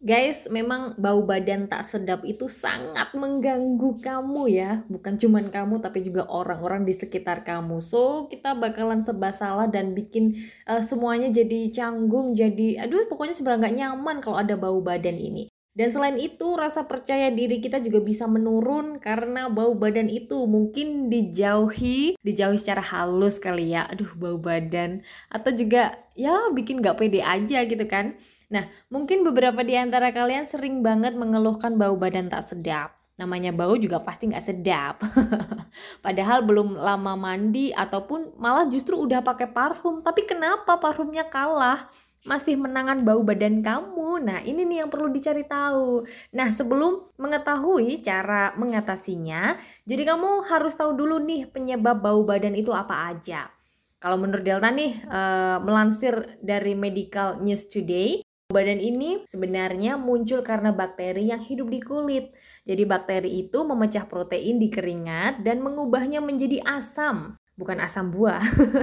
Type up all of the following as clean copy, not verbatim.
Guys, memang bau badan tak sedap itu sangat mengganggu kamu ya. Bukan cuman kamu tapi juga orang-orang di sekitar kamu. So, kita bakalan serba salah dan bikin semuanya jadi canggung, jadi aduh pokoknya sebenarnya nggak nyaman kalau ada bau badan ini. Dan selain itu, rasa percaya diri kita juga bisa menurun karena bau badan itu mungkin dijauhi secara halus kali ya. Aduh, bau badan. Atau juga ya bikin nggak pede aja gitu kan. Nah, mungkin beberapa di antara kalian sering banget mengeluhkan bau badan tak sedap. Namanya bau juga pasti nggak sedap. Padahal belum lama mandi ataupun malah justru udah pakai parfum. Tapi kenapa parfumnya kalah? Masih menangan bau badan kamu. Nah, ini nih yang perlu dicari tahu. Nah, sebelum mengetahui cara mengatasinya, jadi kamu harus tahu dulu nih penyebab bau badan itu apa aja. Kalau menurut Delta nih, melansir dari Medical News Today, badan ini sebenarnya muncul karena bakteri yang hidup di kulit. Jadi bakteri itu memecah protein di keringat dan mengubahnya menjadi asam. Bukan asam buah,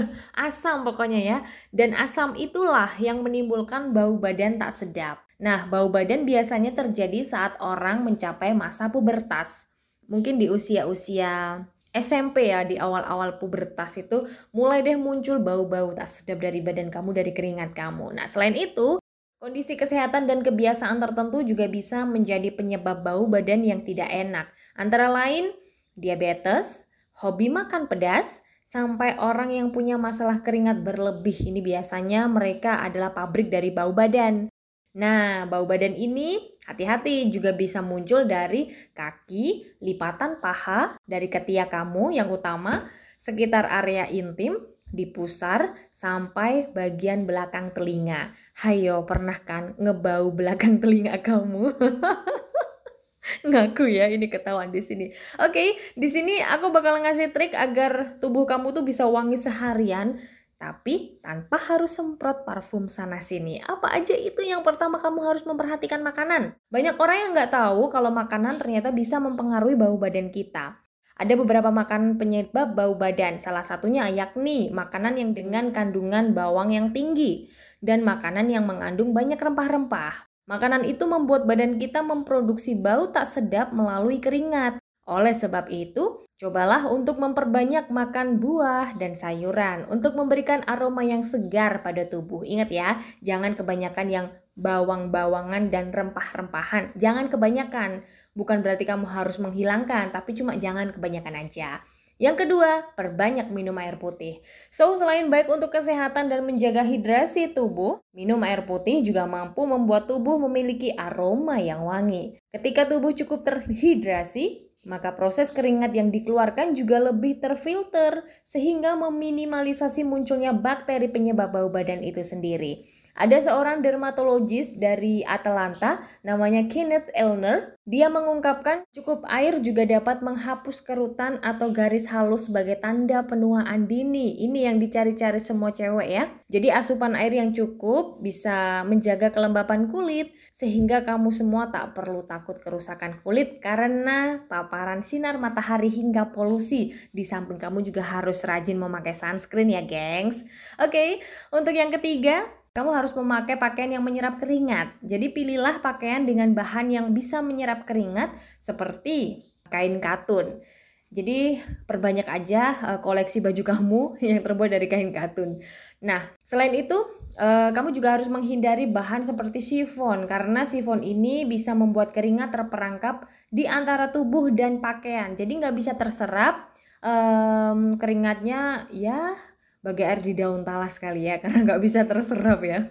asam pokoknya ya. Dan asam itulah yang menimbulkan bau badan tak sedap. Nah, bau badan biasanya terjadi saat orang mencapai masa pubertas. Mungkin di usia-usia SMP ya, di awal-awal pubertas itu mulai deh muncul bau-bau tak sedap dari badan kamu, dari keringat kamu. Nah, selain itu, kondisi kesehatan dan kebiasaan tertentu juga bisa menjadi penyebab bau badan yang tidak enak. Antara lain, diabetes, hobi makan pedas, sampai orang yang punya masalah keringat berlebih. Ini biasanya mereka adalah pabrik dari bau badan. Nah, bau badan ini hati-hati juga bisa muncul dari kaki, lipatan paha, dari ketiak kamu yang utama, sekitar area intim, di pusar, sampai bagian belakang telinga. Hayo, pernah kan ngebau belakang telinga kamu? Ngaku ya, ini ketahuan di sini. Oke, di sini aku bakal ngasih trik agar tubuh kamu tuh bisa wangi seharian, tapi tanpa harus semprot parfum sana sini. Apa aja itu? Yang pertama, kamu harus memperhatikan makanan. Banyak orang yang nggak tahu kalau makanan ternyata bisa mempengaruhi bau badan kita. Ada beberapa makanan penyebab bau badan, salah satunya yakni makanan yang dengan kandungan bawang yang tinggi dan makanan yang mengandung banyak rempah-rempah. Makanan itu membuat badan kita memproduksi bau tak sedap melalui keringat. Oleh sebab itu, cobalah untuk memperbanyak makan buah dan sayuran untuk memberikan aroma yang segar pada tubuh. Ingat ya, jangan kebanyakan yang bawang-bawangan dan rempah-rempahan. Jangan kebanyakan. Bukan berarti kamu harus menghilangkan, tapi cuma jangan kebanyakan aja. Yang kedua, perbanyak minum air putih. So, selain baik untuk kesehatan dan menjaga hidrasi tubuh, minum air putih juga mampu membuat tubuh memiliki aroma yang wangi. Ketika tubuh cukup terhidrasi, maka proses keringat yang dikeluarkan juga lebih terfilter sehingga meminimalisasi munculnya bakteri penyebab bau badan itu sendiri. Ada seorang dermatologis dari Atlanta, namanya Kenneth Elner. Dia mengungkapkan cukup air juga dapat menghapus kerutan atau garis halus sebagai tanda penuaan dini. Ini yang dicari-cari semua cewek ya. Jadi asupan air yang cukup bisa menjaga kelembapan kulit sehingga kamu semua tak perlu takut kerusakan kulit karena paparan sinar matahari hingga polusi. Di samping kamu juga harus rajin memakai sunscreen ya, gengs. Oke, untuk yang ketiga, kamu harus memakai pakaian yang menyerap keringat. Jadi pilihlah pakaian dengan bahan yang bisa menyerap keringat seperti kain katun. Jadi perbanyak aja koleksi baju kamu yang terbuat dari kain katun. Nah, selain itu kamu juga harus menghindari bahan seperti sifon karena sifon ini bisa membuat keringat terperangkap di antara tubuh dan pakaian. Jadi nggak bisa terserap keringatnya ya bagai air di daun talas kali ya, karena nggak bisa terserap ya.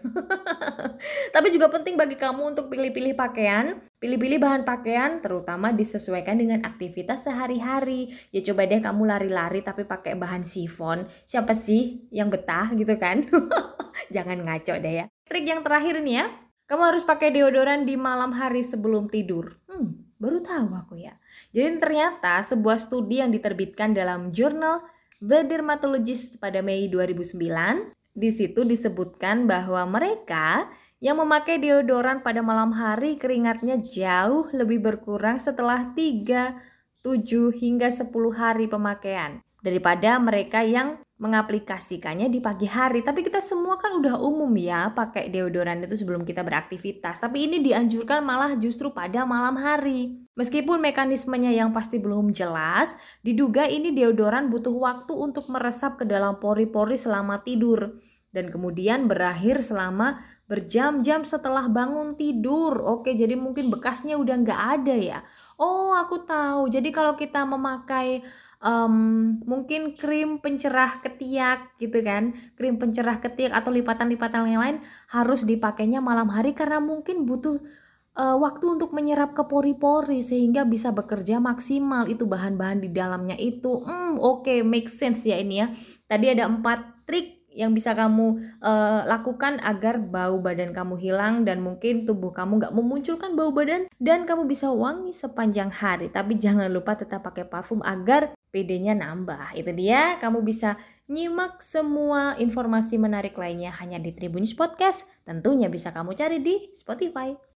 Tapi juga penting bagi kamu untuk pilih-pilih pakaian, pilih-pilih bahan pakaian, terutama disesuaikan dengan aktivitas sehari-hari. Ya coba deh kamu lari-lari tapi pakai bahan sifon. Siapa sih yang betah gitu kan? Jangan ngaco deh ya. Trik yang terakhir nih ya, kamu harus pakai deodoran di malam hari sebelum tidur. Baru tahu aku ya. Jadi ternyata sebuah studi yang diterbitkan dalam jurnal The Dermatologist pada Mei 2009, di situ disebutkan bahwa mereka yang memakai deodoran pada malam hari keringatnya jauh lebih berkurang setelah 3, 7 hingga 10 hari pemakaian daripada mereka yang mengaplikasikannya di pagi hari. Tapi kita semua kan udah umum ya pakai deodoran itu sebelum kita beraktivitas. Tapi ini dianjurkan malah justru pada malam hari. Meskipun mekanismenya yang pasti belum jelas, diduga ini deodoran butuh waktu untuk meresap ke dalam pori-pori selama tidur. Dan kemudian berakhir selama berjam-jam setelah bangun tidur. Oke, jadi mungkin bekasnya udah nggak ada ya. Oh, aku tahu. Jadi kalau kita memakai mungkin krim pencerah ketiak gitu kan, krim pencerah ketiak atau lipatan-lipatan yang lain harus dipakainya malam hari karena mungkin butuh waktu untuk menyerap ke pori-pori sehingga bisa bekerja maksimal itu bahan-bahan di dalamnya itu. Oke, make sense ya ini ya. Tadi ada 4 trik yang bisa kamu lakukan agar bau badan kamu hilang dan mungkin tubuh kamu nggak memunculkan bau badan dan kamu bisa wangi sepanjang hari. Tapi jangan lupa tetap pakai parfum agar PD-nya nambah. Itu dia, kamu bisa nyimak semua informasi menarik lainnya hanya di Tribunnews Podcast. Tentunya bisa kamu cari di Spotify.